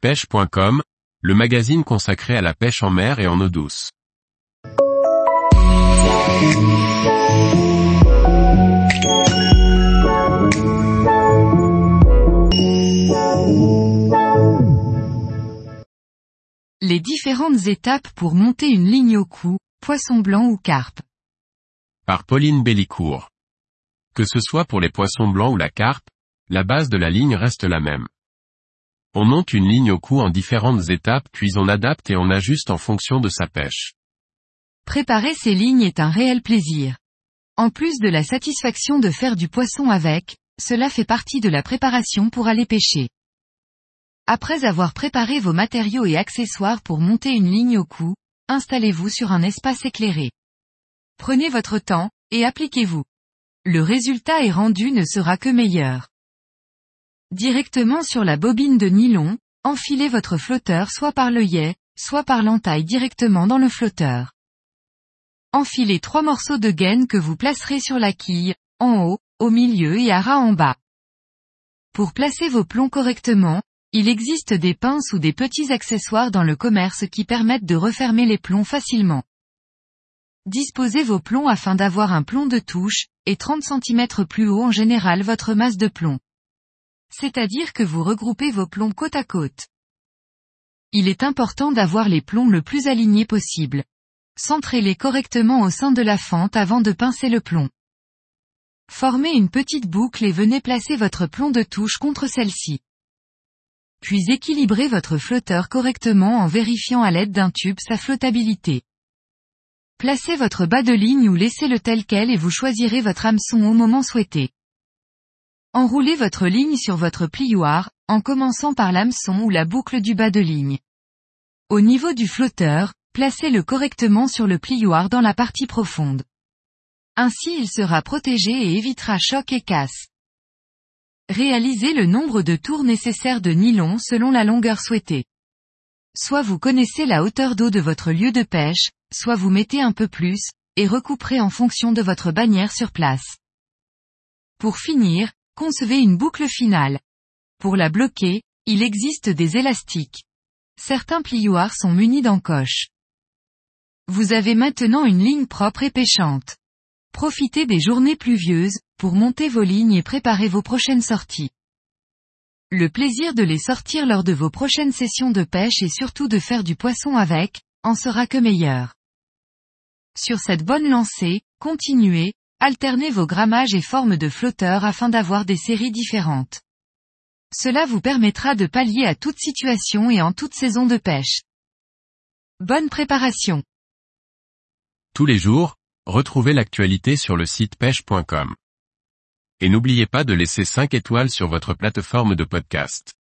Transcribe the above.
pêche.com, le magazine consacré à la pêche en mer et en eau douce. Les différentes étapes pour monter une ligne au cou, poisson blanc ou carpe. Par Pauline Bellicourt. Que ce soit pour les poissons blancs ou la carpe, la base de la ligne reste la même. On monte une ligne au cou en différentes étapes puis on adapte et on ajuste en fonction de sa pêche. Préparer ces lignes est un réel plaisir. En plus de la satisfaction de faire du poisson avec, cela fait partie de la préparation pour aller pêcher. Après avoir préparé vos matériaux et accessoires pour monter une ligne au cou, installez-vous sur un espace éclairé. Prenez votre temps, et appliquez-vous. Le résultat est rendu ne sera que meilleur. Directement sur la bobine de nylon, enfilez votre flotteur soit par l'œillet, soit par l'entaille directement dans le flotteur. Enfilez 3 morceaux de gaine que vous placerez sur la quille, en haut, au milieu et à ras en bas. Pour placer vos plombs correctement, il existe des pinces ou des petits accessoires dans le commerce qui permettent de refermer les plombs facilement. Disposez vos plombs afin d'avoir un plomb de touche, et 30 cm plus haut en général votre masse de plomb. C'est-à-dire que vous regroupez vos plombs côte à côte. Il est important d'avoir les plombs le plus alignés possible. Centrez-les correctement au sein de la fente avant de pincer le plomb. Formez une petite boucle et venez placer votre plomb de touche contre celle-ci. Puis équilibrez votre flotteur correctement en vérifiant à l'aide d'un tube sa flottabilité. Placez votre bas de ligne ou laissez-le tel quel et vous choisirez votre hameçon au moment souhaité. Enroulez votre ligne sur votre plioir, en commençant par l'hameçon ou la boucle du bas de ligne. Au niveau du flotteur, placez-le correctement sur le plioir dans la partie profonde. Ainsi il sera protégé et évitera choc et casse. Réalisez le nombre de tours nécessaires de nylon selon la longueur souhaitée. Soit vous connaissez la hauteur d'eau de votre lieu de pêche, soit vous mettez un peu plus, et recouperez en fonction de votre bannière sur place. Pour finir, concevez une boucle finale. Pour la bloquer, il existe des élastiques. Certains plioirs sont munis d'encoches. Vous avez maintenant une ligne propre et pêchante. Profitez des journées pluvieuses, pour monter vos lignes et préparer vos prochaines sorties. Le plaisir de les sortir lors de vos prochaines sessions de pêche et surtout de faire du poisson avec, en sera que meilleur. Sur cette bonne lancée, continuez, alternez vos grammages et formes de flotteurs afin d'avoir des séries différentes. Cela vous permettra de pallier à toute situation et en toute saison de pêche. Bonne préparation. Tous les jours, retrouvez l'actualité sur le site pêche.com. Et n'oubliez pas de laisser 5 étoiles sur votre plateforme de podcast.